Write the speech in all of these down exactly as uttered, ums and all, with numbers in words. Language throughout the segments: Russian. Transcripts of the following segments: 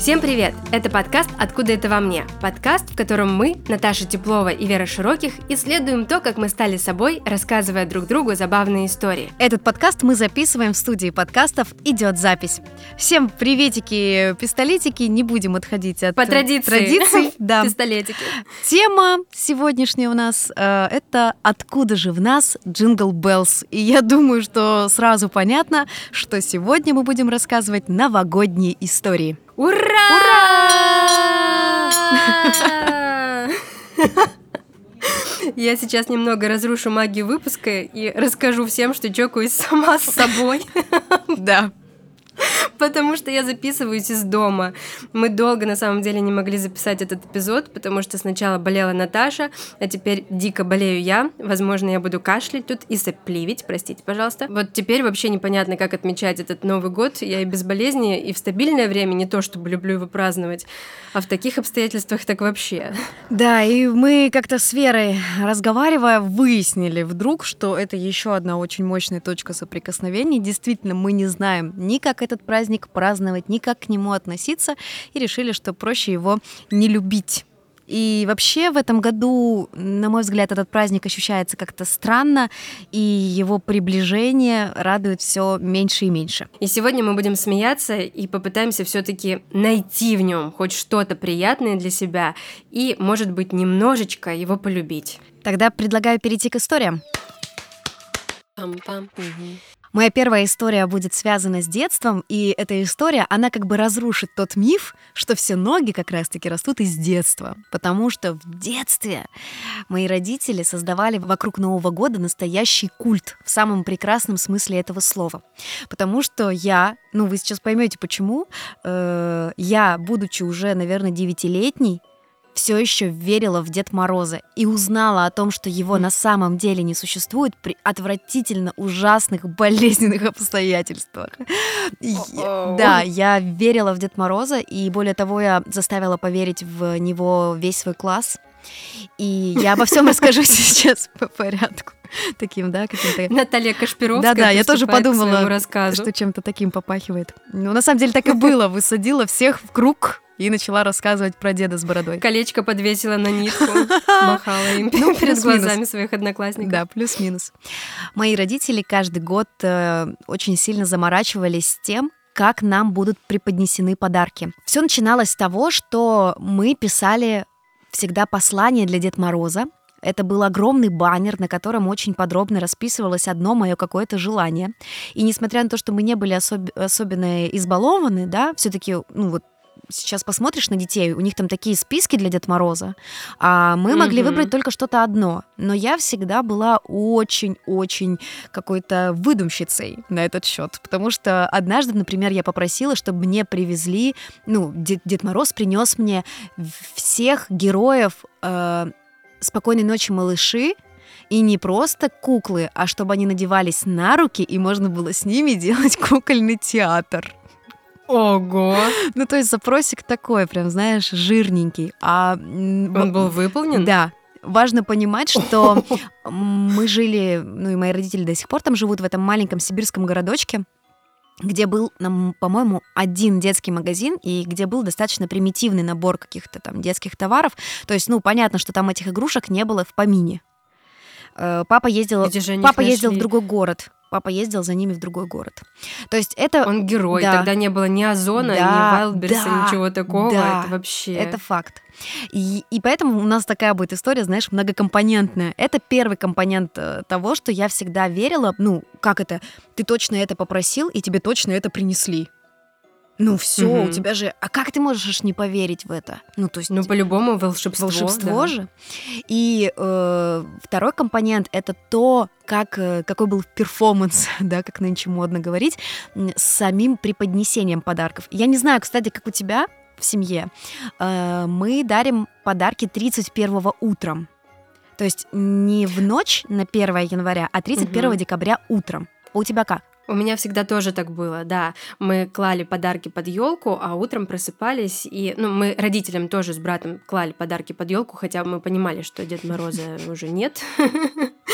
Всем привет! Это подкаст «Откуда это во мне?» Подкаст, в котором мы, Наташа Теплова и Вера Широких, исследуем то, как мы стали собой, рассказывая друг другу забавные истории. Этот подкаст мы записываем в студии подкастов «Идет запись». Всем приветики, пистолетики, не будем отходить от По традиции. традиций. Да. Пистолетики. Тема сегодняшняя у нас э, это «Откуда же в нас Джингл Беллс?». И я думаю, что сразу понятно, что сегодня мы будем рассказывать новогодние истории. Ура! Ура! Я сейчас немного разрушу магию выпуска и расскажу всем, что чокаюсь сама с собой. Да. Потому что я записываюсь из дома. Мы долго, на самом деле, не могли записать этот эпизод, потому что сначала болела Наташа, а теперь дико болею я. Возможно, я буду кашлять тут и сопливить, простите, пожалуйста. Вот теперь вообще непонятно, как отмечать этот Новый год. Я и без болезни, и в стабильное время не то, чтобы люблю его праздновать, а в таких обстоятельствах так вообще. Да, и мы как-то с Верой, разговаривая, выяснили вдруг, что это еще одна очень мощная точка соприкосновения. Действительно, мы не знаем ни как этот праздник праздновать, ни как к нему относиться, и решили, что проще его не любить. И вообще в этом году, на мой взгляд, этот праздник ощущается как-то странно, и его приближение радует все меньше и меньше. И сегодня мы будем смеяться и попытаемся все-таки найти в нем хоть что-то приятное для себя и, может быть, немножечко его полюбить. Тогда предлагаю перейти к историям. Пам-пам. Угу. Моя первая история будет связана с детством, и эта история, она как бы разрушит тот миф, что все ноги как раз-таки растут из детства, потому что в детстве мои родители создавали вокруг Нового года настоящий культ в самом прекрасном смысле этого слова, потому что я, ну вы сейчас поймете почему, э, я, будучи уже, наверное, девятилетней, все еще верила в Деда Мороза и узнала о том, что его на самом деле не существует при отвратительно ужасных болезненных обстоятельствах. Oh-oh. Да, я верила в Деда Мороза, и более того, я заставила поверить в него весь свой класс. И я обо всем расскажу сейчас по порядку. Таким, да, каким-то... Наталья Кашпировская. Да-да, я тоже подумала, рассказу. что чем-то таким попахивает. Ну, на самом деле так и было. Высадила всех в круг и начала рассказывать про деда с бородой. Колечко подвесила на нитку, махала им ну, перед глазами своих одноклассников. Да, плюс-минус. Мои родители каждый год э, очень сильно заморачивались с тем, как нам будут преподнесены подарки. Все начиналось с того, что мы писали всегда послание для Деда Мороза. Это был огромный баннер, на котором очень подробно расписывалось одно мое какое-то желание. И несмотря на то, что мы не были особ- особенно избалованы, да, все-таки, ну вот, сейчас посмотришь на детей, у них там такие списки для Деда Мороза, а мы могли mm-hmm. выбрать только что-то одно. Но я всегда была очень-очень какой-то выдумщицей на этот счет, потому что однажды, например, я попросила, чтобы мне привезли, ну, Дед, Дед Мороз принес мне всех героев э, «Спокойной ночи, малыши», и не просто куклы, а чтобы они надевались на руки, и можно было с ними делать кукольный театр. Ого! Ну, то есть запросик такой, прям, знаешь, жирненький. А, Он был выполнен? Да. Важно понимать, что мы жили, ну и мои родители до сих пор там живут, в этом маленьком сибирском городочке, где был, по-моему, один детский магазин, и где был достаточно примитивный набор каких-то там детских товаров. То есть, ну, понятно, что там этих игрушек не было в помине. Папа ездил, папа ездил в другой город. Папа ездил за ними в другой город. То есть это... Он герой. Да. Тогда не было ни Озона, да, ни Вайлдберриса, да, ничего такого. Да, это вообще... Это факт. И, и поэтому у нас такая будет история, знаешь, многокомпонентная. Это первый компонент того, что я всегда верила. Ну, как это? Ты точно это попросил, и тебе точно это принесли. Ну все, угу. у тебя же... А как ты можешь не поверить в это? Ну, то есть... Ну, по-любому волшебство. Волшебство да. же. И э, второй компонент — это то, как, какой был перформанс, да, как нынче модно говорить, с самим преподнесением подарков. Я не знаю, кстати, как у тебя в семье. Э, мы дарим подарки тридцать первого утром. То есть не в ночь на первое января, а тридцать первого угу. декабря утром. А у тебя как? У меня всегда тоже так было, да. Мы клали подарки под елку, а утром просыпались и, ну, мы родителям тоже с братом клали подарки под елку, хотя мы понимали, что Деда Мороза уже нет.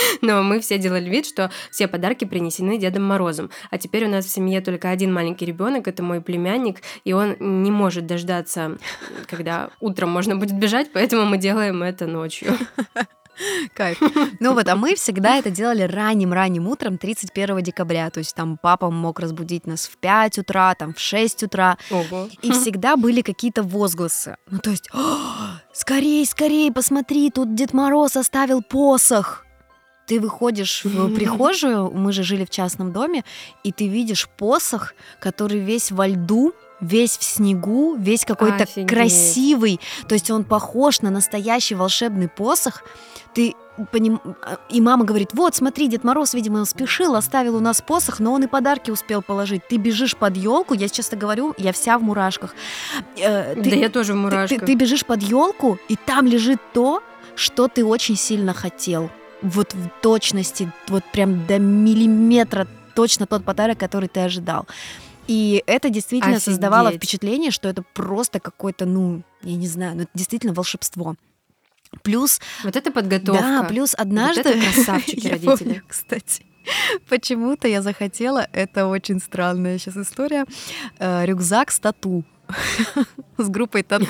Но мы все делали вид, что все подарки принесены Дедом Морозом. А теперь у нас в семье только один маленький ребенок, это мой племянник, и он не может дождаться, когда утром можно будет бежать, поэтому мы делаем это ночью. Кайф. Ну вот, а мы всегда это делали ранним-ранним утром тридцать первого декабря. То есть там папа мог разбудить нас в пять утра, там в шесть утра. Ого. И всегда были какие-то возгласы. Ну то есть, скорей, скорей, посмотри, тут Дед Мороз оставил посох. Ты выходишь в прихожую, мы же жили в частном доме, и ты видишь посох, который весь во льду, весь в снегу, весь какой-то Офигеть. красивый. То есть он похож на настоящий волшебный посох. Ты поним... И мама говорит, вот, смотри, Дед Мороз, видимо, спешил, оставил у нас посох, но он и подарки успел положить. Ты бежишь под елку, я честно говорю, я вся в мурашках. Э, ты... Да я тоже в ты, мурашках. ты, ты бежишь под елку, и там лежит то, что ты очень сильно хотел. Вот в точности, вот прям до миллиметра точно тот подарок, который ты ожидал. И это действительно Офигеть. создавало впечатление, что это просто какое-то, ну, я не знаю, ну, это действительно волшебство. Плюс... Вот это подготовка. Да, плюс однажды... Вот это красавчики я родители. помню, кстати, почему-то я захотела, это очень странная сейчас история, э, рюкзак с тату. С группой тату.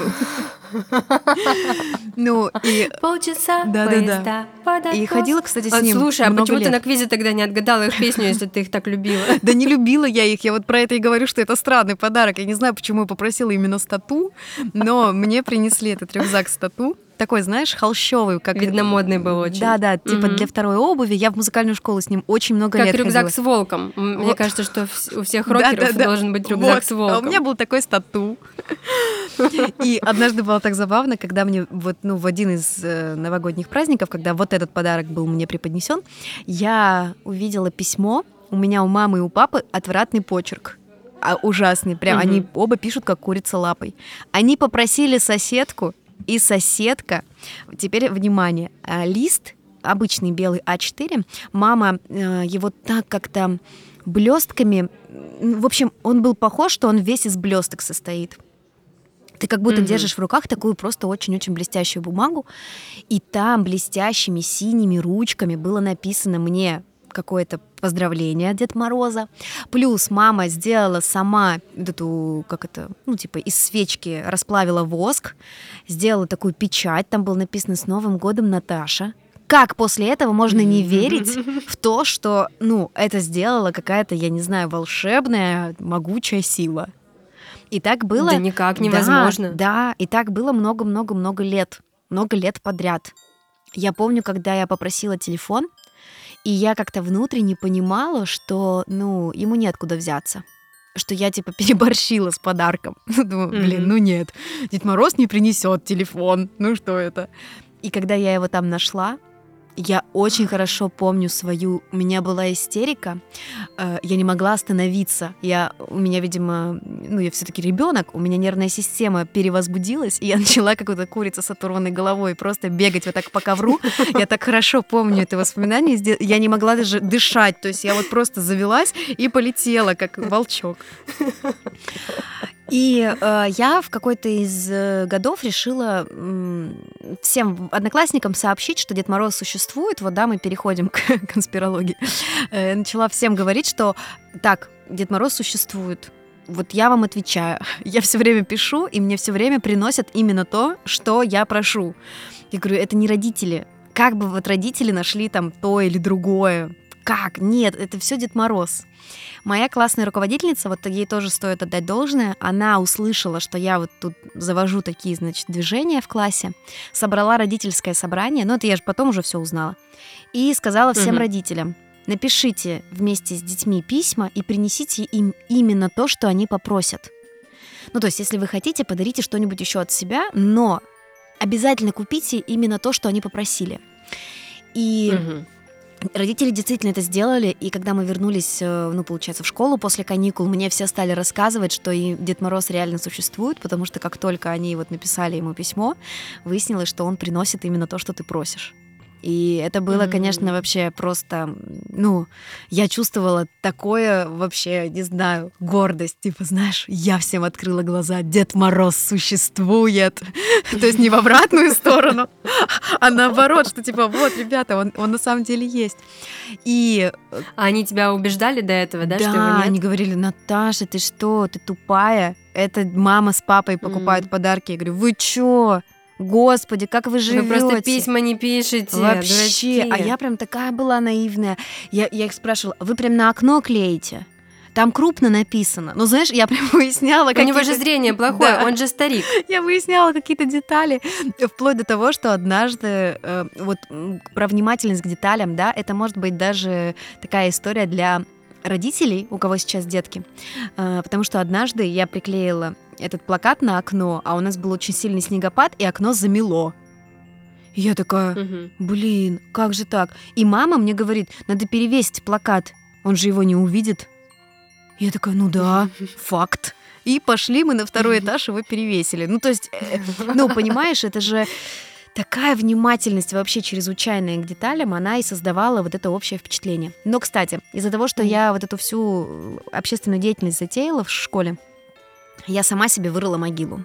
Ну, и... Полчаса Да-да-да. поезда. И ходила, кстати, с А, ним слушай, а много почему ты лет. на квизе тогда не отгадала их песню, если ты их так любила? Да не любила я их, я вот про это и говорю, что это странный подарок. Я не знаю, почему я попросила именно с тату, но мне принесли этот рюкзак с тату. Такой, знаешь, холщовый, как... Видно, модный был очень. Да-да, типа Мгм. для второй обуви. Я в музыкальную школу с ним очень много Как лет рюкзак ходила. с волком. М, Мне Вот. кажется, что вс- у всех рокеров Да-да-да. должен быть рюкзак Вот. с волком. А у меня был такой с тату. И однажды было так забавно, когда мне вот, ну, в один из э, новогодних праздников, когда вот этот подарок был мне преподнесен, я увидела письмо. У меня у мамы и у папы отвратный почерк. А, ужасный. Прям Мгм. они оба пишут, как курица лапой. Они попросили соседку, и соседка... Теперь, внимание, а, лист, обычный белый а четыре, мама э, его так как-то блестками... В общем, он был похож, что он весь из блесток состоит. Ты как будто Мгм. держишь в руках такую просто очень-очень блестящую бумагу, и там блестящими синими ручками было написано мне какое-то поздравление от Деда Мороза. Плюс мама сделала сама вот эту, как это, ну, типа из свечки расплавила воск, сделала такую печать, там было написано «С Новым годом, Наташа». Как после этого можно не верить в то, что, ну, это сделала какая-то, я не знаю, волшебная, могучая сила? И так было... Да никак невозможно. Да, да, и так было много-много-много лет. Много лет подряд. Я помню, когда я попросила телефон, и я как-то внутренне понимала, что, ну, ему неоткуда взяться. Что я, типа, переборщила с подарком. Думаю, блин, Мгм. ну нет, Дед Мороз не принесет телефон. Ну что это? И когда я его там нашла, я очень хорошо помню свою... У меня была истерика, э, я не могла остановиться. Я, у меня, видимо, ну, я все-таки ребенок, у меня нервная система перевозбудилась, и я начала, как эта курица с оторванной головой, просто бегать вот так по ковру. Я так хорошо помню это воспоминание. из де- Я не могла даже дышать, то есть я вот просто завелась и полетела, как волчок. И э, я в какой-то из э, годов решила м, всем одноклассникам сообщить, что Дед Мороз существует. Вот, да, мы переходим к конспирологии. Э, начала всем говорить, что так, Дед Мороз существует. Вот я вам отвечаю. Я все время пишу, и мне все время приносят именно то, что я прошу. Я говорю, это не родители. Как бы вот родители нашли там то или другое? Как? Нет, это все Дед Мороз. Моя классная руководительница, вот ей тоже стоит отдать должное, она услышала, что я вот тут завожу такие, значит, движения в классе, собрала родительское собрание, ну это я же потом уже все узнала, и сказала всем Мгм. родителям, напишите вместе с детьми письма и принесите им именно то, что они попросят. Ну то есть, если вы хотите, подарите что-нибудь еще от себя, но обязательно купите именно то, что они попросили. И Мгм. родители действительно это сделали, и когда мы вернулись, э, ну, получается, в школу после каникул, мне все стали рассказывать, что и Дед Мороз реально существует, потому что как только они вот написали ему письмо, выяснилось, что он приносит именно то, что ты просишь. И это было, Мгм. конечно, вообще просто, ну, я чувствовала такое вообще, не знаю, гордость. Типа, знаешь, я всем открыла глаза, Дед Мороз существует. То есть не в обратную сторону, а наоборот, что типа, вот, ребята, он, он на самом деле есть. И А они тебя убеждали до этого, да, что его да, нет? они говорили: Наташа, ты что, ты тупая? Это мама с папой покупают М. подарки. Я говорю: вы чё? Господи, как вы Вы живете? просто письма не пишете, Вообще, дурачки. а я прям такая была наивная. Я, я их спрашивала: вы прям на окно клеите? Там крупно написано. Ну, знаешь, я прям выясняла, У него же какие-то... зрение плохое, Да. он же старик. Я выясняла какие-то детали, вплоть до того, что однажды э, вот м, про внимательность к деталям, да, это может быть даже такая история для родителей, у кого сейчас детки, Э, потому что однажды я приклеила этот плакат на окно, а у нас был очень сильный снегопад, и окно замело. И я такая: Мгм. блин, как же так? И мама мне говорит: надо перевесить плакат, он же его не увидит. Я такая: ну да, факт. И пошли мы на второй этаж, его перевесили. Ну, то есть, э, ну, понимаешь, это же такая внимательность вообще чрезвычайная к деталям, она и создавала вот это общее впечатление. Но, кстати, из-за того, что Мгм. я вот эту всю общественную деятельность затеяла в школе, я сама себе вырыла могилу.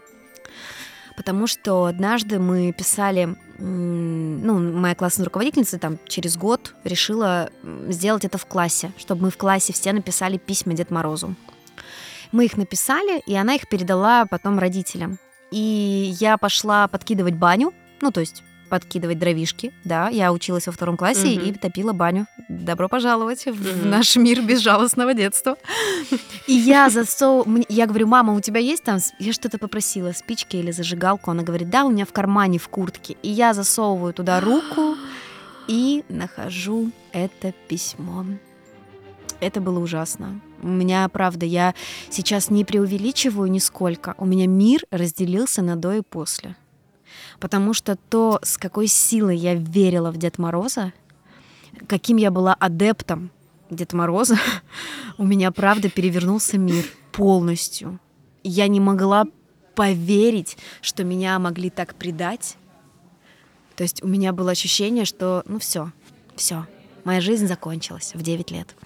Потому что однажды мы писали, м, ну, моя классная руководительница там через год решила м, сделать это в классе, чтобы мы в классе все написали письма Деду Морозу. Мы их написали, и она их передала потом родителям. И я пошла подкидывать баню, ну, то есть подкидывать дровишки, да, я училась во втором классе Мгм. и топила баню. Добро пожаловать в Мгм. наш мир безжалостного детства. И я засов... мне- Я говорю: мама, у тебя есть там... с- Я что-то попросила, спички или зажигалку. Она говорит: да, у меня в кармане в куртке. И я засовываю туда руку и нахожу это письмо. Это было ужасно. У меня, правда, я сейчас не преувеличиваю нисколько. У меня мир разделился на до и после. Потому что то, с какой силой я верила в Деда Мороза, каким я была адептом Деда Мороза, у меня, правда, перевернулся мир полностью. Я не могла поверить, что меня могли так предать. То есть у меня было ощущение, что, ну все, все, моя жизнь закончилась в девять лет.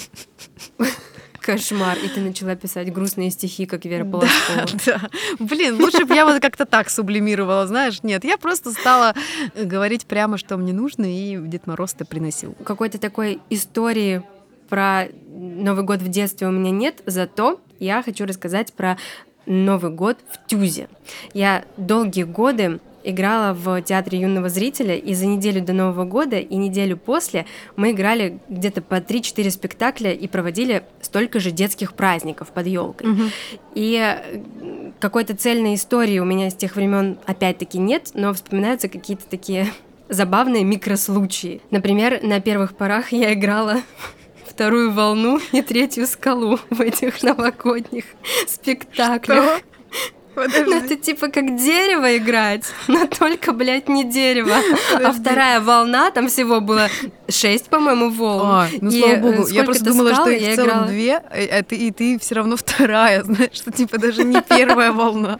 Кошмар. И ты начала писать грустные стихи, как Вера Да, Полозкова. да. Блин, лучше бы я вот как-то так сублимировала, знаешь. Нет, я просто стала э, говорить прямо, что мне нужно, и Дед Мороз-то приносил. Какой-то такой истории про Новый год в детстве у меня нет, зато я хочу рассказать про Новый год в ТЮЗе. Я долгие годы играла в театре юного зрителя, и за неделю до Нового года и неделю после мы играли где-то по три-четыре спектакля и проводили столько же детских праздников под елкой. Мгм. И э, какой-то цельной истории у меня с тех времен опять-таки нет, но вспоминаются какие-то такие забавные микрослучаи. Например, на первых порах я играла вторую волну и третью скалу в этих новогодних спектаклях. Ну, это типа как дерево играть, но только, блядь, не дерево. А Подожди. вторая волна, там всего было шесть, по-моему, волн. А, ну И, слава э, богу, я сколько-то просто думала, скал что их я в целом играла. две, а ты, и ты все равно вторая, знаешь, что типа даже не первая волна.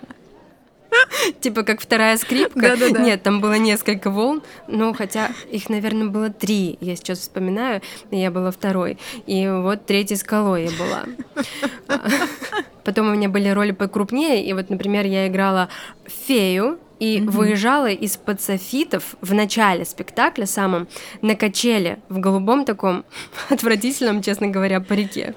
Типа как вторая скрипка. Да-да-да. Нет, там было несколько волн, ну хотя их, наверное, было три. Я сейчас вспоминаю, и я была второй. И вот третьей скалой я была. Потом у меня были роли покрупнее, и вот, например, я играла фею и Мгм. выезжала из-под софитов в начале спектакля самом на качели в голубом таком отвратительном, честно говоря, парике.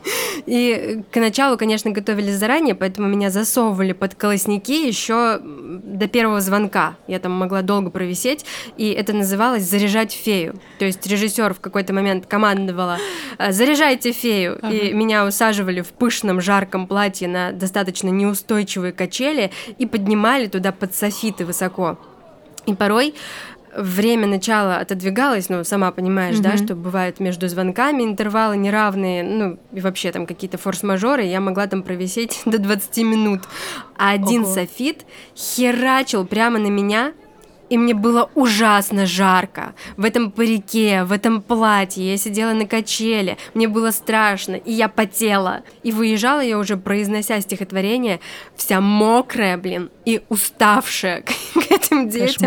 И к началу, конечно, готовились заранее, поэтому меня засовывали под колосники еще до первого звонка. Я там могла долго провисеть, и это называлось «заряжать фею». То есть режиссер в какой-то момент командовала «заряжайте фею», Ага. и меня усаживали в пышном жарком платье на достаточно неустойчивые качели и поднимали туда под софиты высоко. И порой время начала отодвигалось, ну, сама понимаешь, да, Мгм. что бывают между звонками интервалы неравные, ну, и вообще там какие-то форс-мажоры, я могла там провисеть до двадцати минут. А один Ого. софит херачил прямо на меня, и мне было ужасно жарко в этом парике, в этом платье. Я сидела на качеле, мне было страшно, и я потела. И выезжала я уже, произнося стихотворение, вся мокрая, блин, и уставшая к этим детям. Кошмар.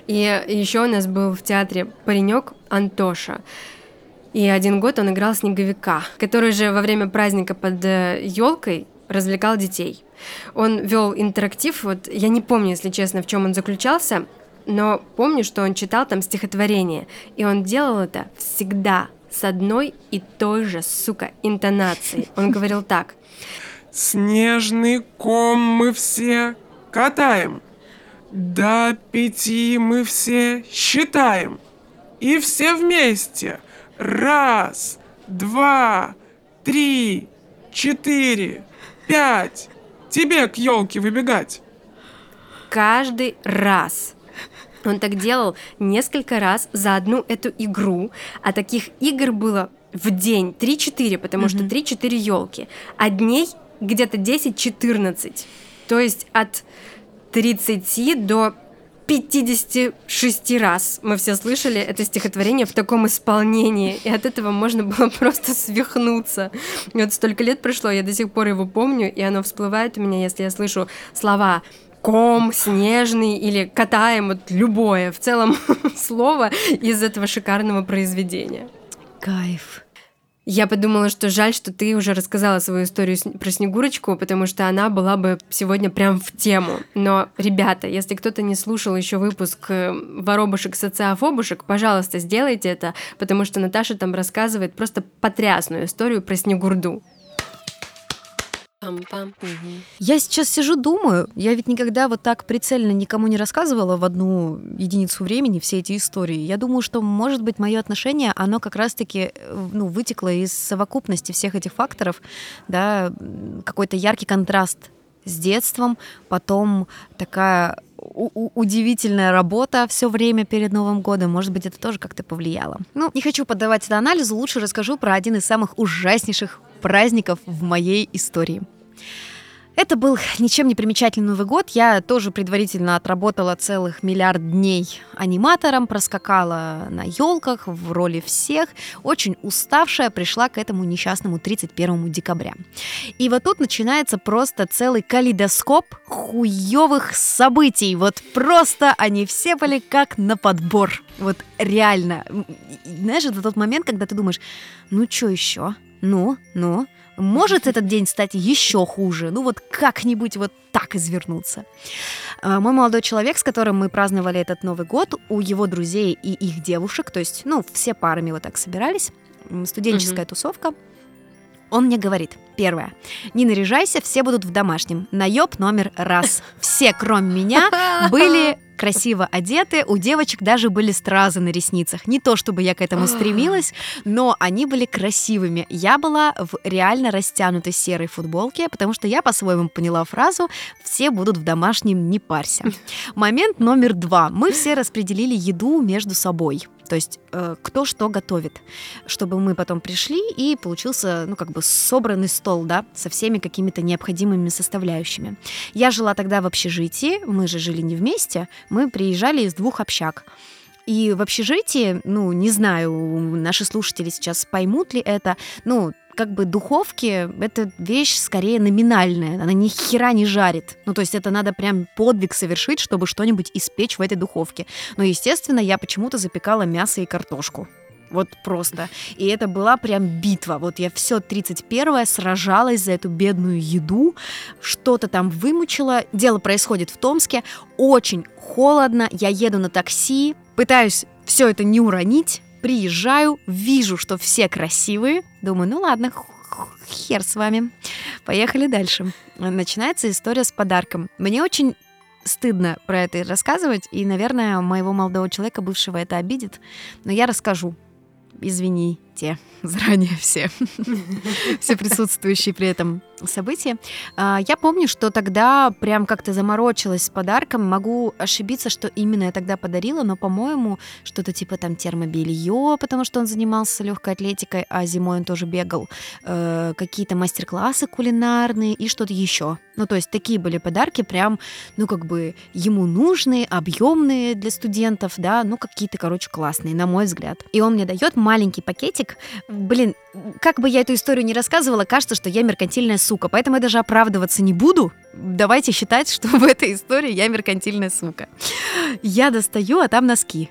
И еще у нас был в театре паренек Антоша. И один год он играл снеговика, который же во время праздника под елкой развлекал детей. Он вел интерактив, вот я не помню, если честно, в чем он заключался, но помню, что он читал там стихотворение, и он делал это всегда с одной и той же, сука, интонацией. Он говорил так: «Снежный ком мы все катаем, до пяти мы все считаем, и все вместе. Раз, два, три, четыре, пять. Тебе к елке выбегать». Каждый раз. Он так делал несколько раз за одну эту игру, а таких игр было в день три-четыре, потому mm-hmm. что три-четыре елки, а дней где-то десять-четырнадцать. То есть от тридцати до пятидесяти шести раз мы все слышали это стихотворение в таком исполнении, и от этого можно было просто свихнуться. И вот столько лет прошло, я до сих пор его помню, и оно всплывает у меня, если я слышу слова «ком», «снежный» или «катаем», вот любое, в целом слово из этого шикарного произведения. Кайф. Я подумала, что жаль, что ты уже рассказала свою историю про Снегурочку, потому что она была бы сегодня прям в тему. Но, ребята, если кто-то не слушал еще выпуск «Воробушек-социофобушек», пожалуйста, сделайте это, потому что Наташа там рассказывает просто потрясную историю про Снегурду. Я сейчас сижу, думаю, я ведь никогда вот так прицельно никому не рассказывала в одну единицу времени все эти истории. Я думаю, что, может быть, мое отношение, оно как раз-таки ну, вытекло из совокупности всех этих факторов, да, какой-то яркий контраст с детством, потом такая у- удивительная работа все время перед Новым годом. Может быть, это тоже как-то повлияло. Ну, не хочу поддавать это анализу, лучше расскажу про один из самых ужаснейших праздников в моей истории. Это был ничем не примечательный Новый год. Я тоже предварительно отработала целых миллиард дней аниматором, проскакала на елках в роли всех. Очень уставшая пришла к этому несчастному тридцать первого декабря. И вот тут начинается просто целый калейдоскоп хуёвых событий. Вот просто они все были как на подбор. Вот реально. Знаешь, это тот момент, когда ты думаешь, ну что еще? Ну, ну... Может этот день стать еще хуже? Ну вот как-нибудь вот так извернуться. Мой молодой человек, с которым мы праздновали этот Новый год, у его друзей и их девушек, то есть, ну, все парами вот так собирались, студенческая mm-hmm. тусовка, он мне говорит, первое, не наряжайся, все будут в домашнем. Наеб номер раз. Все, кроме меня, были красиво одеты, у девочек даже были стразы на ресницах. Не то, чтобы я к этому стремилась, но они были красивыми. Я была в реально растянутой серой футболке, потому что я по-своему поняла фразу «все будут в домашнем, не парься». Момент номер два. Мы все распределили еду между собой. То есть э, кто что готовит, чтобы мы потом пришли и получился, ну, как бы собранный стол, да, со всеми какими-то необходимыми составляющими. Я жила тогда в общежитии, мы же жили не вместе, мы приезжали из двух общаг. И в общежитии, ну, не знаю, наши слушатели сейчас поймут ли это, ну, как бы духовки — это вещь скорее номинальная, она ни хера не жарит. Ну, то есть это надо прям подвиг совершить, чтобы что-нибудь испечь в этой духовке. Но, естественно, я почему-то запекала мясо и картошку. Вот просто. И это была прям битва. Вот я все тридцать первое сражалась за эту бедную еду, что-то там вымучила. Дело происходит в Томске, очень холодно, я еду на такси, пытаюсь все это не уронить, приезжаю, вижу, что все красивые, думаю, ну ладно, хер с вами, поехали дальше. Начинается история с подарком. Мне очень стыдно про это рассказывать, и, наверное, моего молодого человека, бывшего, это обидит, но я расскажу. Извините заранее все, все присутствующие при этом событии. Я помню, что тогда прям как-то заморочилась с подарком. Могу ошибиться, что именно я тогда подарила, но, по-моему, что-то типа там термобелье, потому что он занимался легкой атлетикой, а зимой он тоже бегал. Э, какие-то мастер-классы кулинарные и что-то еще. Ну, то есть такие были подарки прям, ну, как бы ему нужные, объемные для студентов, да, ну, какие-то, короче, классные, на мой взгляд. И он мне дает маленький пакетик, садик. Блин, как бы я эту историю не рассказывала, кажется, что я меркантильная сука, поэтому я даже оправдываться не буду. Давайте считать, что в этой истории я меркантильная сука. Я достаю, а там носки.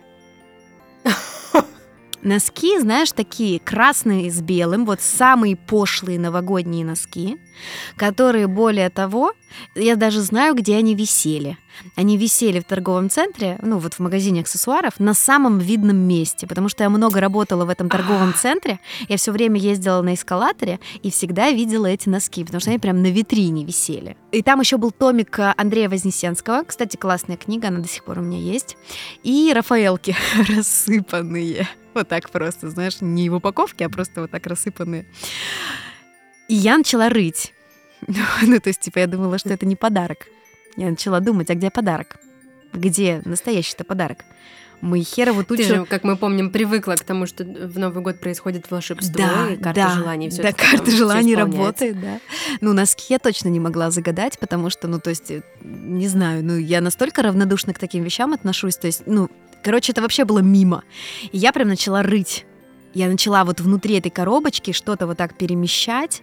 Носки, знаешь, такие красные с белым, вот самые пошлые новогодние носки, которые, более того, я даже знаю, где они висели. Они висели в торговом центре, ну вот в магазине аксессуаров, на самом видном месте, потому что я много работала в этом торговом центре, я все время ездила на эскалаторе и всегда видела эти носки, потому что они прям на витрине висели. И там еще был томик Андрея Вознесенского, кстати, классная книга, она до сих пор у меня есть, и Рафаэлки рассыпанные. Вот так просто, знаешь, не в упаковке, а просто вот так рассыпанные. И я начала рыть. Ну, то есть, типа, я думала, что это не подарок. Я начала думать, а где подарок? Где настоящий-то подарок? Мы херово тучу... Ты же, как мы помним, привыкла к тому, что в Новый год происходит волшебство, да, и карта да, желаний. Всё да, это карта потом желаний всё исполняется. работает, да. Ну, носки я точно не могла загадать, потому что, ну, то есть, не знаю, ну, я настолько равнодушна к таким вещам отношусь, то есть, ну, короче, это вообще было мимо. И я прям начала рыть. Я начала вот внутри этой коробочки что-то вот так перемещать.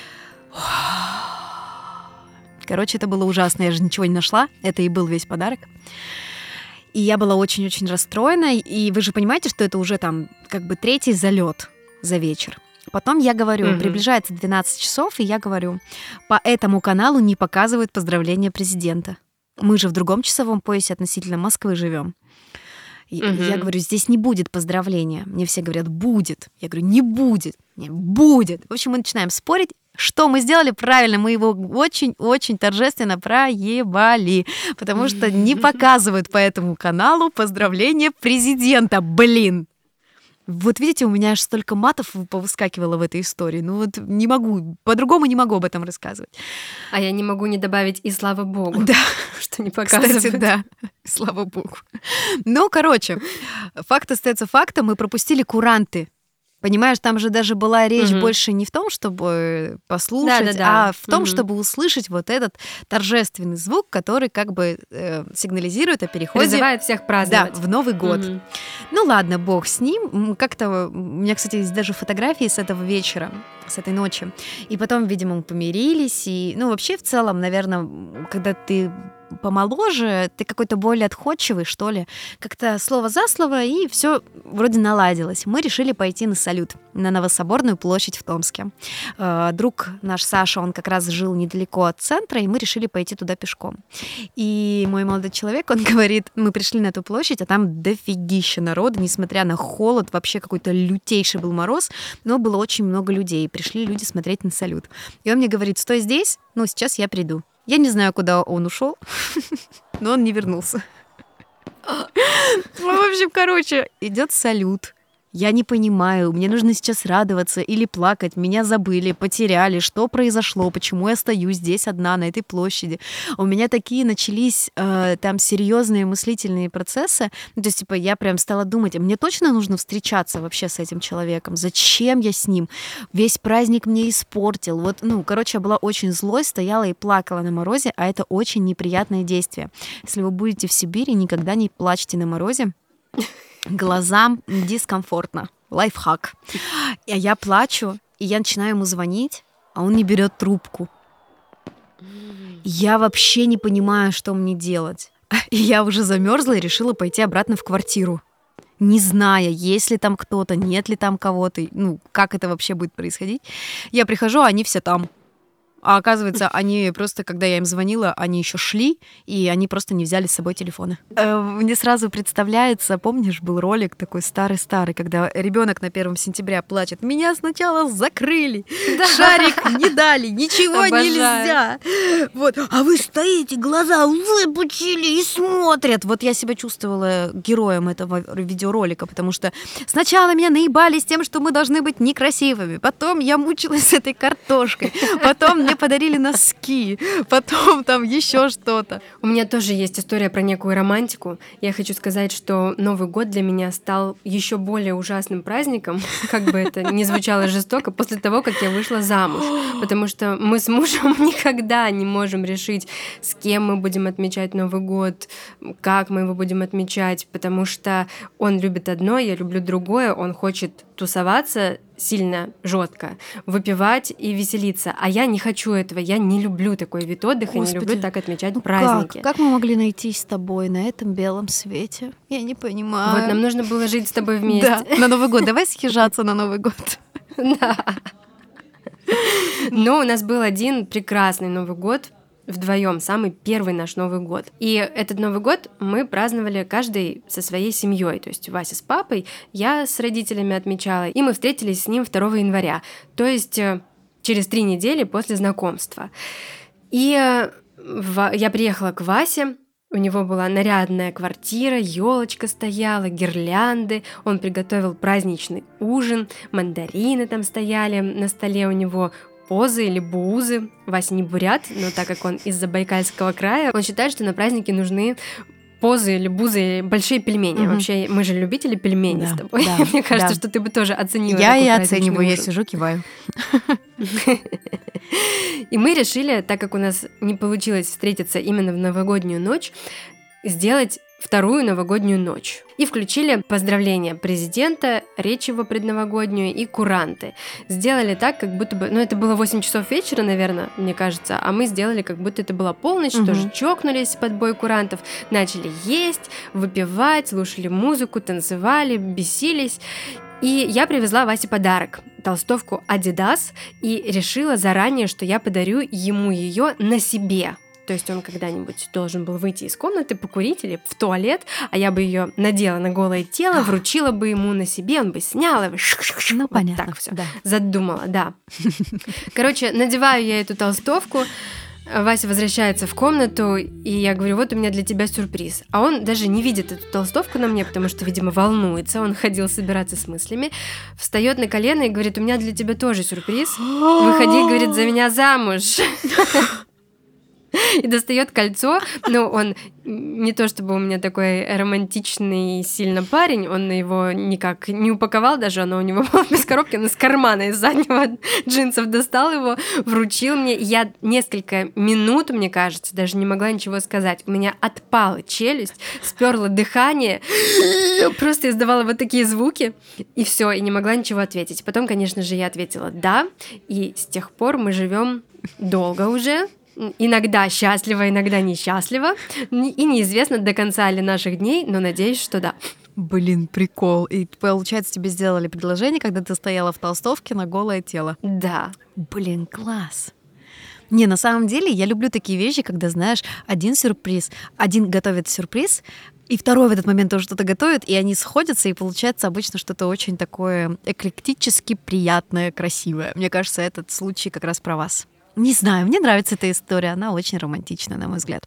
Короче, это было ужасно, я же ничего не нашла, это и был весь подарок. И я была очень-очень расстроена, и вы же понимаете, что это уже там как бы третий залет за вечер. Потом я говорю, Мгм. приближается двенадцать часов, и я говорю, по этому каналу не показывают поздравления президента. Мы же в другом часовом поясе относительно Москвы живем. И Мгм. я говорю, здесь не будет поздравления. Мне все говорят, будет. Я говорю, не будет. Не, будет. В общем, мы начинаем спорить. Что мы сделали правильно? Мы его очень-очень торжественно проебали, потому что не показывают по этому каналу поздравления президента, блин. Вот видите, у меня аж столько матов повыскакивало в этой истории. Ну вот не могу, по-другому не могу об этом рассказывать. А я не могу не добавить и слава богу, Да, что не показывают. кстати, да, слава богу. Ну, короче, факт остается фактом, мы пропустили куранты. Понимаешь, там же даже была речь Мгм. больше не в том, чтобы послушать, Да-да-да. а в том, Мгм. чтобы услышать вот этот торжественный звук, который как бы э, сигнализирует о переходе Призывает всех да, праздновать. в Новый год. Мгм. Ну ладно, бог с ним. М, Как-то у меня, кстати, есть даже фотографии с этого вечера, с этой ночи. И потом, видимо, мы помирились. И, ну, вообще, в целом, наверное, когда ты помоложе, ты какой-то более отходчивый, что ли. Как-то слово за слово, и все вроде наладилось. Мы решили пойти на салют на Новособорную площадь в Томске. Э, Друг наш Саша, он как раз жил недалеко от центра, и мы решили пойти туда пешком. И мой молодой человек, он говорит, мы пришли на эту площадь, а там дофигища народа, несмотря на холод, вообще какой-то лютейший был мороз, но было очень много людей, и пришли люди смотреть на салют. И он мне говорит, стой здесь, ну, сейчас я приду. Я не знаю, куда он ушел, но он не вернулся. Ну, в общем, короче, идет салют. Я не понимаю, мне нужно сейчас радоваться или плакать, меня забыли, потеряли, что произошло, почему я стою здесь одна на этой площади. У меня такие начались э, там серьезные мыслительные процессы. Ну, то есть, типа, я прям стала думать, а мне точно нужно встречаться вообще с этим человеком? Зачем я с ним? Весь праздник мне испортил. Вот, ну, короче, я была очень злой, стояла и плакала на морозе, а это очень неприятное действие. Если вы будете в Сибири, никогда не плачьте на морозе. Глазам дискомфортно. Лайфхак. А я плачу, и я начинаю ему звонить, а он не берет трубку. Я вообще не понимаю, что мне делать. И я уже замерзла и решила пойти обратно в квартиру. Не зная, есть ли там кто-то, нет ли там кого-то, ну, как это вообще будет происходить. Я прихожу, а они все там. А оказывается, они просто, когда я им звонила, они еще шли, и они просто не взяли с собой телефоны. Э, Мне сразу представляется, помнишь, был ролик такой старый-старый, когда ребенок на первого сентября плачет. Меня сначала закрыли, шарик не дали, ничего Обожаю. нельзя. Вот, а вы стоите, глаза выпучили и смотрят. Вот я себя чувствовала героем этого видеоролика, потому что сначала меня наебали с тем, что мы должны быть некрасивыми, потом я мучилась с этой картошкой, потом мне подарили носки, потом там еще что-то. У меня тоже есть история про некую романтику. Я хочу сказать, что Новый год для меня стал еще более ужасным праздником, как бы это ни звучало жестоко, после того, как я вышла замуж. Потому что мы с мужем никогда не можем решить, с кем мы будем отмечать Новый год, как мы его будем отмечать, потому что он любит одно, я люблю другое, он хочет тусоваться сильно, жестко, выпивать и веселиться. А я не хочу этого, я не люблю такой вид отдыха, Господи, не люблю так отмечать ну праздники. Как? как мы могли найтись с тобой на этом белом свете? Я не понимаю. Вот нам нужно было жить с тобой вместе. Да, на Новый год. Давай съезжаться на Новый год. Да. Но у нас был один прекрасный Новый год вдвоем, самый первый наш Новый год. И этот Новый год мы праздновали каждый со своей семьей. То есть Вася с папой, я с родителями отмечала, и мы встретились с ним второго января, то есть через три недели после знакомства. И я приехала к Васе. У него была нарядная квартира, елочка стояла, гирлянды, он приготовил праздничный ужин, мандарины там стояли на столе у него, позы или бузы. Вася не бурят, но так как он из Забайкальского края, он считает, что на праздники нужны позы или бузы, большие пельмени. Угу. Вообще, мы же любители пельменей да, с тобой. Да, Мне кажется, да. что ты бы тоже оценила. Я и оцениваю, я сижу, киваю. И мы решили, так как у нас не получилось встретиться именно в новогоднюю ночь, сделать вторую новогоднюю ночь. И включили поздравления президента, речь его предновогоднюю и куранты. Сделали так, как будто бы... Ну, это было восемь часов вечера, наверное, мне кажется, а мы сделали, как будто это была полночь, угу. тоже чокнулись под бой курантов, начали есть, выпивать, слушали музыку, танцевали, бесились. И я привезла Васе подарок, толстовку Adidas, и решила заранее, что я подарю ему ее на себе. То есть он когда-нибудь должен был выйти из комнаты, покурить или в туалет, а я бы ее надела на голое тело, вручила бы ему на себе, он бы снял и ну, вот понятно, так все да. задумала, да. Короче, надеваю я эту толстовку, Вася возвращается в комнату, и я говорю, вот у меня для тебя сюрприз. А он даже не видит эту толстовку на мне, потому что, видимо, волнуется, он ходил собираться с мыслями, встает на колено и говорит, у меня для тебя тоже сюрприз, выходи, говорит, за меня замуж. И достает кольцо, но он не то чтобы у меня такой романтичный сильно парень, он его никак не упаковал даже, оно у него было без коробки, он из кармана из заднего джинсов достал его, вручил мне. Я несколько минут, мне кажется, даже не могла ничего сказать. У меня отпала челюсть, сперло дыхание, просто издавала вот такие звуки, и все, и не могла ничего ответить. Потом, конечно же, я ответила «да», и с тех пор мы живем долго уже, иногда счастливо, иногда несчастливо, и неизвестно до конца ли наших дней, но надеюсь, что да. Блин, прикол. И получается, тебе сделали предложение, когда ты стояла в толстовке на голое тело. Да. Блин, класс. Не, на самом деле я люблю такие вещи, когда, знаешь, один сюрприз, один готовит сюрприз, и второй в этот момент тоже что-то готовит, и они сходятся, и получается обычно что-то очень такое эклектически приятное, красивое. Мне кажется, этот случай как раз про вас. Не знаю, мне нравится эта история, она очень романтичная, на мой взгляд.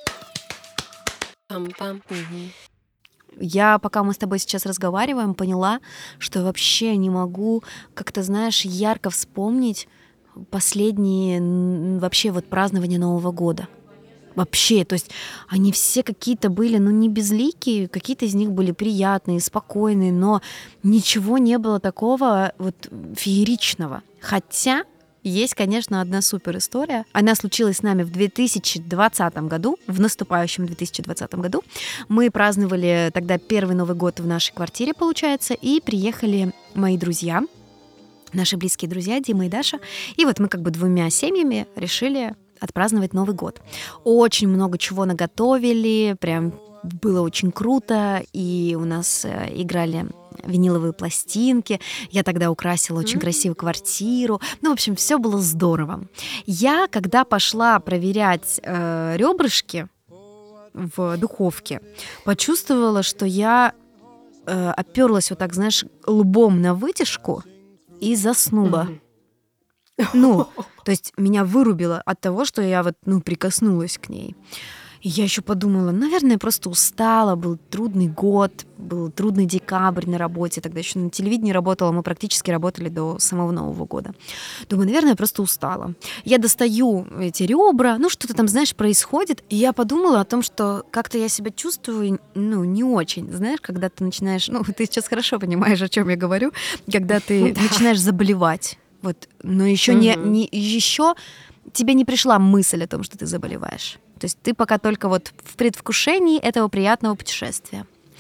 Пам-пам. Угу. Я, пока мы с тобой сейчас разговариваем, поняла, что вообще не могу как-то, знаешь, ярко вспомнить последние вообще вот празднования Нового года. Вообще, то есть они все какие-то были, ну, не безликие, какие-то из них были приятные, спокойные, но ничего не было такого вот фееричного. Хотя есть, конечно, одна супер история. Она случилась с нами в две тысячи двадцатом году, в наступающем две тысячи двадцатом году. Мы праздновали тогда первый Новый год в нашей квартире, получается, и приехали мои друзья, наши близкие друзья, Дима и Даша. И вот мы как бы двумя семьями решили отпраздновать Новый год. Очень много чего наготовили, прям было очень круто, и у нас играли виниловые пластинки, я тогда украсила очень mm-hmm. красиво квартиру, ну, в общем, все было здорово. Я, когда пошла проверять э, ребрышки в духовке, почувствовала, что я э, оперлась вот так, знаешь, лбом на вытяжку и заснула. Mm-hmm. Ну, то есть меня вырубило от того, что я вот, ну, прикоснулась к ней. И я еще подумала, наверное, я просто устала, был трудный год, был трудный декабрь на работе, тогда еще на телевидении работала, мы практически работали до самого Нового года. Думаю, наверное, я просто устала. Я достаю эти ребра, ну что-то там, знаешь, происходит, и я подумала о том, что как-то я себя чувствую, ну, не очень, знаешь, когда ты начинаешь, ну, ты сейчас хорошо понимаешь, о чем я говорю, когда ты да. начинаешь заболевать, вот, но еще угу. не, не еще тебе не пришла мысль о том, что ты заболеваешь. То есть ты пока только вот в предвкушении этого приятного путешествия.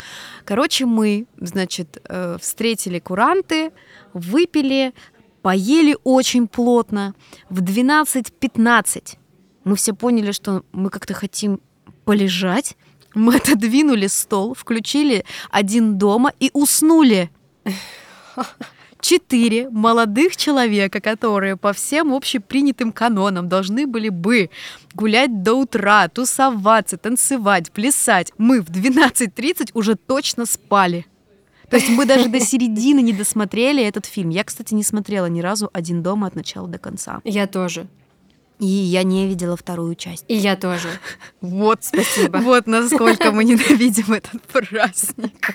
Короче, мы, значит, э, встретили куранты, выпили, поели очень плотно. В двенадцать пятнадцать мы все поняли, что мы как-то хотим полежать. Мы отодвинули стол, включили «Один дома» и уснули. Четыре молодых человека, которые по всем общепринятым канонам должны были бы гулять до утра, тусоваться, танцевать, плясать. Мы в двенадцать тридцать уже точно спали. То есть мы даже до середины не досмотрели этот фильм. Я, кстати, не смотрела ни разу «Один дома» от начала до конца. Я тоже. И я не видела вторую часть. И я тоже. Вот, спасибо. Вот насколько мы ненавидим этот праздник.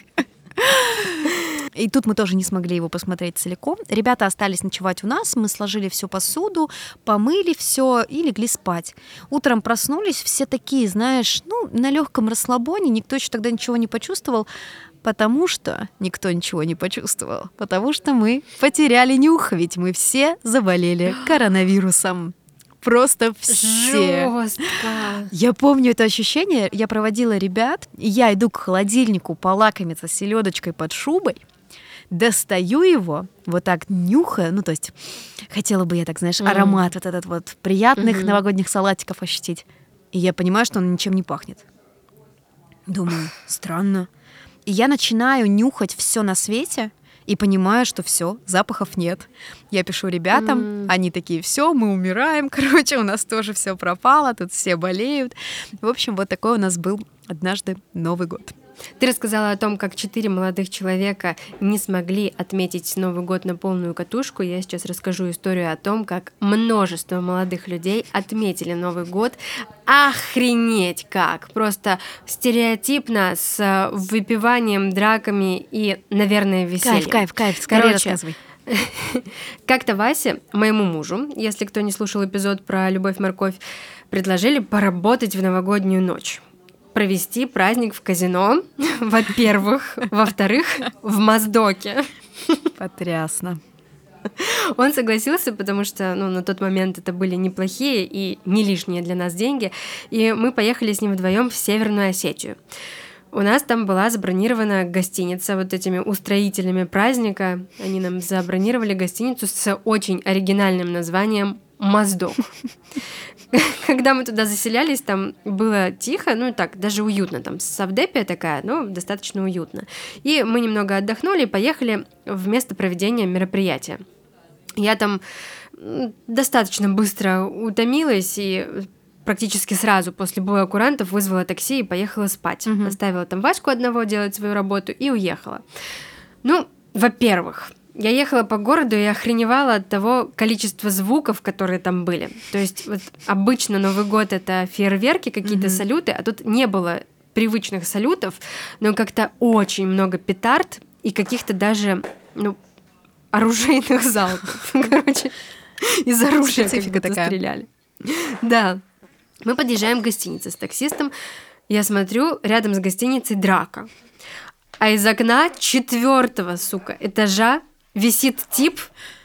И тут мы тоже не смогли его посмотреть целиком. Ребята остались ночевать у нас, мы сложили всю посуду, помыли все и легли спать. Утром проснулись, все такие, знаешь, ну, на легком расслабоне, никто еще тогда ничего не почувствовал, потому что никто ничего не почувствовал, потому что мы потеряли нюх, ведь мы все заболели коронавирусом. Просто все. Жестко. Я помню это ощущение. Я проводила ребят, и я иду к холодильнику полакомиться селедочкой под шубой, достаю его, вот так нюхаю, ну, то есть хотела бы я так, знаешь, аромат mm. вот этот вот приятных mm-hmm. новогодних салатиков ощутить. И я понимаю, что он ничем не пахнет. Думаю, странно. И я начинаю нюхать все на свете, и понимаю, что все, запахов нет. Я пишу ребятам, mm. они такие, все, мы умираем, короче, у нас тоже все пропало, тут все болеют. В общем, вот такой у нас был однажды Новый год. Ты рассказала о том, как четыре молодых человека не смогли отметить Новый год на полную катушку. Я сейчас расскажу историю о том, как множество молодых людей отметили Новый год. Охренеть как! Просто стереотипно, с выпиванием, драками и, наверное, весельем. Кайф, кайф, кайф, скорее Короче, рассказывай. Как-то Васе, моему мужу, если кто не слушал эпизод про «Любовь-морковь», предложили поработать в новогоднюю ночь. Провести праздник в казино, во-первых. Во-вторых, в Моздоке. Потрясно. Он согласился, потому что ну, на тот момент это были неплохие и не лишние для нас деньги. И мы поехали с ним вдвоем в Северную Осетию. У нас там была забронирована гостиница вот этими устроителями праздника. Они нам забронировали гостиницу с очень оригинальным названием «Моздок». Когда мы туда заселялись, там было тихо, ну так, даже уютно, там совдепия такая, но достаточно уютно. И мы немного отдохнули и поехали в место проведения мероприятия. Я там достаточно быстро утомилась и практически сразу после боя курантов вызвала такси и поехала спать. Mm-hmm. Оставила там Ваську одного делать свою работу и уехала. Ну, во-первых, я ехала по городу и охреневала от того количества звуков, которые там были. То есть вот обычно Новый год — это фейерверки, какие-то mm-hmm. салюты, а тут не было привычных салютов, но как-то очень много петард и каких-то даже, ну, оружейных залпов. Короче, из оружия как будто стреляли. Да. Мы подъезжаем к гостинице с таксистом. Я смотрю, рядом с гостиницей драка. А из окна четвертого, сука, этажа висит тип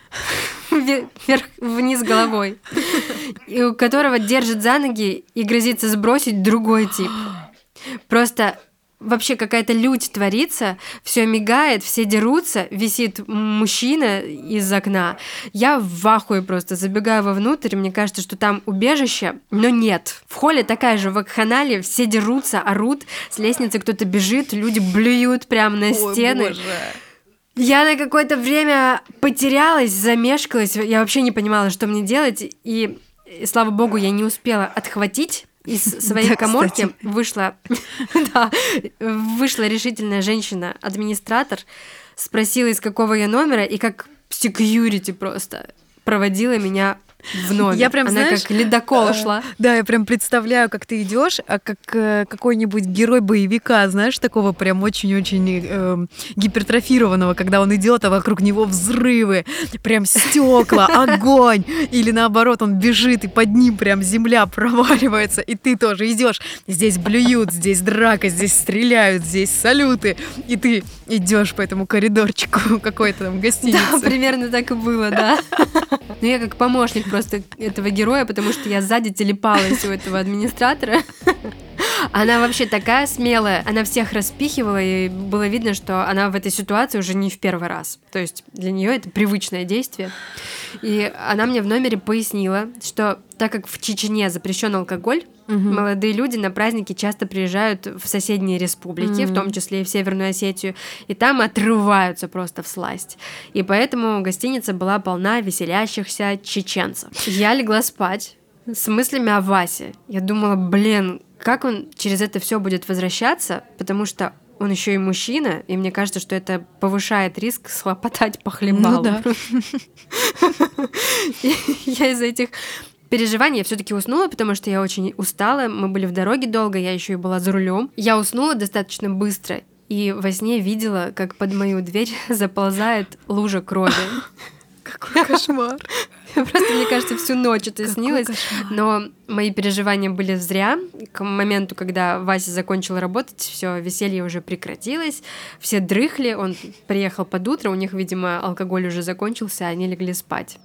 вверх-вниз головой, у которого держит за ноги и грозится сбросить другой тип. Просто вообще какая-то лють творится, все мигает, все дерутся, висит мужчина из окна. Я в ахуе просто забегаю вовнутрь, мне кажется, что там убежище, но нет. В холле такая же вакханалия, все дерутся, орут, с лестницы кто-то бежит, люди блюют прямо на Ой, стены. Боже. Я на какое-то время потерялась, замешкалась, я вообще не понимала, что мне делать, и, слава богу, я не успела отхватить. Из своей да, каморки кстати. вышла, да, вышла решительная женщина-администратор, спросила, из какого я номера, и как секьюрити просто проводила меня в номер. Я прям, Она знаешь, как ледокол шла. Да, я прям представляю, как ты идешь, а как э, какой-нибудь герой боевика, знаешь, такого прям очень-очень э, гипертрофированного, когда он идет, а вокруг него взрывы, прям стекла, огонь, или наоборот, он бежит, и под ним прям земля проваливается, и ты тоже идешь. Здесь блюют, здесь драка, здесь стреляют, здесь салюты, и ты идешь по этому коридорчику какой-то там гостиницы. Да, примерно так и было, да. Ну, я как помощник просто этого героя, потому что я сзади телепалась у этого администратора. Она вообще такая смелая, она всех распихивала, и было видно, что она в этой ситуации уже не в первый раз. То есть для нее это привычное действие. И она мне в номере пояснила, что так как в Чечне запрещен алкоголь, угу. молодые люди на праздники часто приезжают в соседние республики, угу. в том числе и в Северную Осетию, и там отрываются просто всласть. И поэтому гостиница была полна веселящихся чеченцев. Я легла спать с мыслями о Васе. Я думала, блин, как он через это все будет возвращаться, потому что он еще и мужчина, и мне кажется, что это повышает риск схлопотать по хлебалу. Ну да. Я из-за этих переживаний я все-таки уснула, потому что я очень устала. Мы были в дороге долго, я еще и была за рулем. Я уснула достаточно быстро, и во сне видела, как под мою дверь заползает лужа крови. Какой кошмар. Просто, мне кажется, всю ночь это снилось. Но мои переживания были зря. К моменту, когда Вася закончил работать, все, веселье уже прекратилось. Все дрыхли, он приехал под утро, у них, видимо, алкоголь уже закончился, а они легли спать.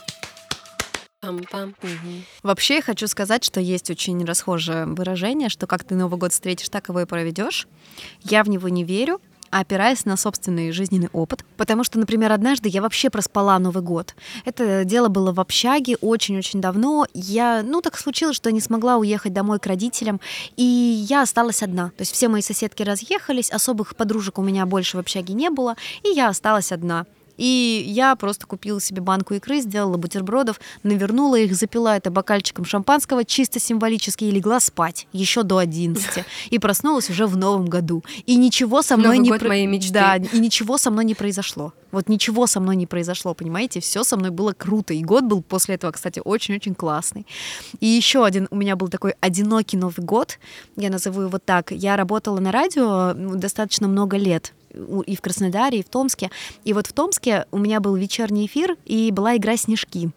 Пам-пам. Угу. Вообще, я хочу сказать, что есть очень расхожее выражение, что как ты Новый год встретишь, так его и проведешь. Я в него не верю, опираясь на собственный жизненный опыт. Потому что, например, однажды я вообще проспала Новый год. Это дело было в общаге очень-очень давно. Я, ну, так случилось, что я не смогла уехать домой к родителям, и я осталась одна. То есть все мои соседки разъехались, особых подружек у меня больше в общаге не было, и я осталась одна. И я просто купила себе банку икры, сделала бутербродов, навернула их, запила это бокальчиком шампанского, чисто символически, и легла спать еще до одиннадцати. И проснулась уже в Новом году. И ничего со мной Новый не год про... моей мечты. Да, и ничего со мной не произошло. Вот ничего со мной не произошло, понимаете? Все со мной было круто. И год был после этого, кстати, очень-очень классный. И еще один у меня был такой одинокий Новый год. Я назову его так. Я работала на радио достаточно много лет. И в Краснодаре, и в Томске. И вот в Томске у меня был вечерний эфир, и была игра «Снежки».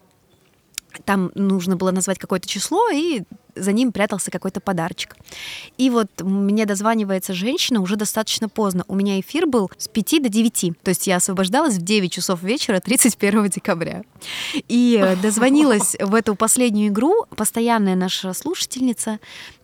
Там нужно было назвать какое-то число, и за ним прятался какой-то подарочек. И вот мне дозванивается женщина уже достаточно поздно. У меня эфир был с пяти до девяти. То есть я освобождалась в девять часов вечера тридцать первого декабря. И дозвонилась в эту последнюю игру постоянная наша слушательница.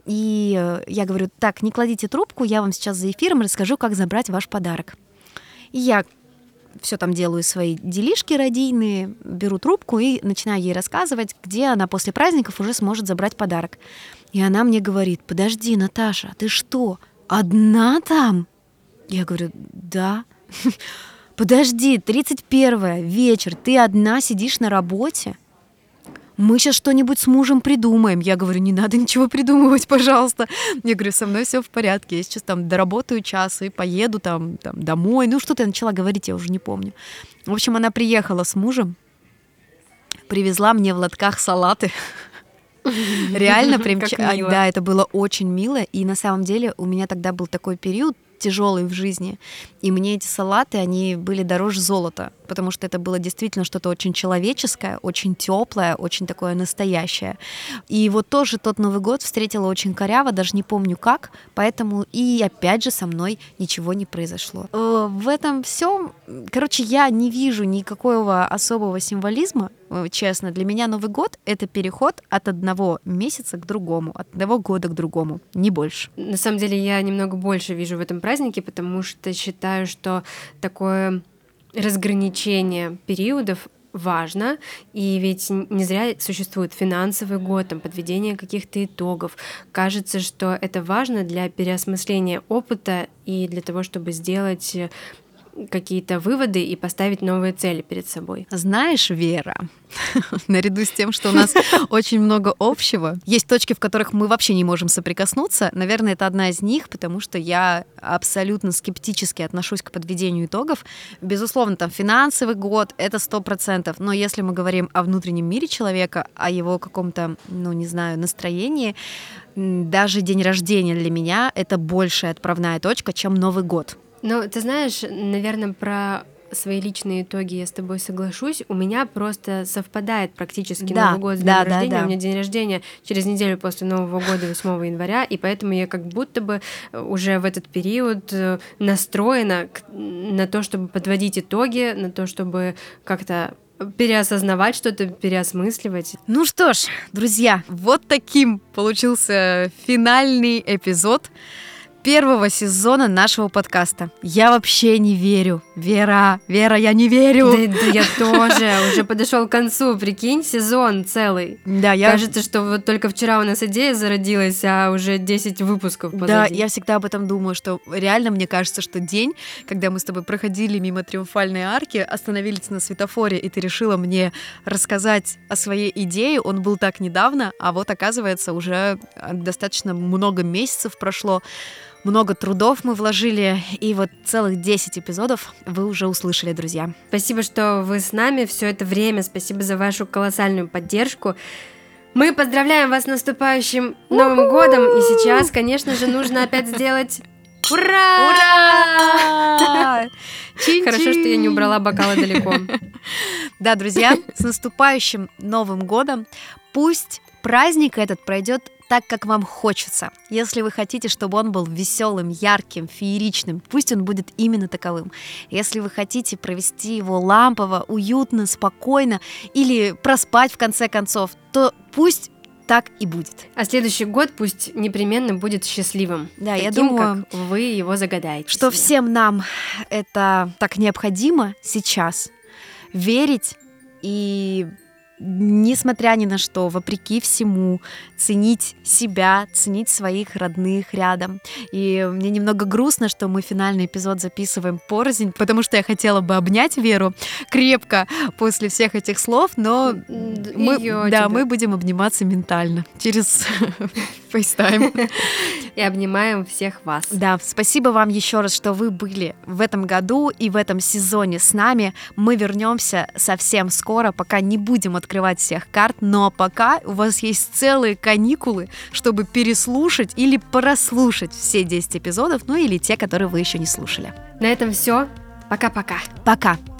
И я говорю, так, не кладите трубку, я вам сейчас за эфиром расскажу, как забрать ваш подарок. И я все там делаю свои делишки радийные, беру трубку и начинаю ей рассказывать, где она после праздников уже сможет забрать подарок. И она мне говорит, подожди, Наташа, ты что, одна там? Я говорю, да. Подожди, тридцать первое, вечер, ты одна сидишь на работе? Мы сейчас что-нибудь с мужем придумаем. Я говорю, не надо ничего придумывать, пожалуйста. Я говорю, со мной все в порядке. Я сейчас там доработаю час и поеду там, там домой. Ну, что-то я начала говорить, я уже не помню. В общем, она приехала с мужем, привезла мне в лотках салаты. Реально прям... Да, это было очень мило. И на самом деле у меня тогда был такой период тяжелый в жизни. И мне эти салаты, они были дороже золота, потому что это было действительно что-то очень человеческое, очень теплое, очень такое настоящее. И вот тоже тот Новый год встретила очень коряво, даже не помню как, поэтому и опять же со мной ничего не произошло. В этом всем, короче, я не вижу никакого особого символизма, честно. Для меня Новый год — это переход от одного месяца к другому, от одного года к другому, не больше. На самом деле я немного больше вижу в этом празднике, потому что считаю, что такое разграничение периодов важно, и ведь не зря существует финансовый год, там, подведение каких-то итогов. Кажется, что это важно для переосмысления опыта и для того, чтобы сделать какие-то выводы и поставить новые цели перед собой. Знаешь, Вера, наряду с тем, что у нас очень много общего, есть точки, в которых мы вообще не можем соприкоснуться. Наверное, это одна из них, потому что я абсолютно скептически отношусь к подведению итогов. Безусловно, там финансовый год — это сто процентов, но если мы говорим о внутреннем мире человека, о его каком-то, ну, не знаю, настроении, даже день рождения для меня — это большая отправная точка, чем Новый год. Ну, ты знаешь, наверное, про свои личные итоги я с тобой соглашусь. У меня просто совпадает практически да, Новый год с да, днем рождения. Да, да. У меня день рождения через неделю после Нового года, восьмого января, и поэтому я как будто бы уже в этот период настроена на то, чтобы подводить итоги, на то, чтобы как-то переосознавать что-то, переосмысливать. Ну что ж, друзья, вот таким получился финальный эпизод первого сезона нашего подкаста. Я вообще не верю. Вера, Вера, я не верю. Да, да я тоже. Уже подошел к концу, прикинь, сезон целый. Да, я... Кажется, что вот только вчера у нас идея зародилась, а уже десять выпусков позади. Да, я всегда об этом думаю, что реально мне кажется, что день, когда мы с тобой проходили мимо Триумфальной арки, остановились на светофоре, и ты решила мне рассказать о своей идее, он был так недавно, а вот оказывается уже достаточно много месяцев прошло. Много трудов мы вложили, и вот целых десять эпизодов вы уже услышали, друзья. Спасибо, что вы с нами все это время, спасибо за вашу колоссальную поддержку. Мы поздравляем вас с наступающим Новым годом, и сейчас, конечно же, нужно опять сделать ура! Ура! Хорошо, что я не убрала бокалы далеко. Да, друзья, с наступающим Новым годом! Пусть праздник этот пройдет так, как вам хочется. Если вы хотите, чтобы он был веселым, ярким, фееричным, пусть он будет именно таковым. Если вы хотите провести его лампово, уютно, спокойно или проспать в конце концов, то пусть так и будет. А следующий год пусть непременно будет счастливым. Да, таким, я думаю, как вы его загадаете. Что себе. всем нам это так необходимо сейчас верить и, несмотря ни на что, вопреки всему, ценить себя, ценить своих родных рядом. И мне немного грустно, что мы финальный эпизод записываем порознь, потому что я хотела бы обнять Веру крепко после всех этих слов, но мы, да, мы будем обниматься ментально через FaceTime. И обнимаем всех вас. Да, спасибо вам еще раз, что вы были в этом году и в этом сезоне с нами. Мы вернемся совсем скоро, пока не будем открывать всех карт, но пока у вас есть целые каникулы, чтобы переслушать или прослушать все десять эпизодов, ну или те, которые вы еще не слушали. На этом все. Пока-пока. Пока.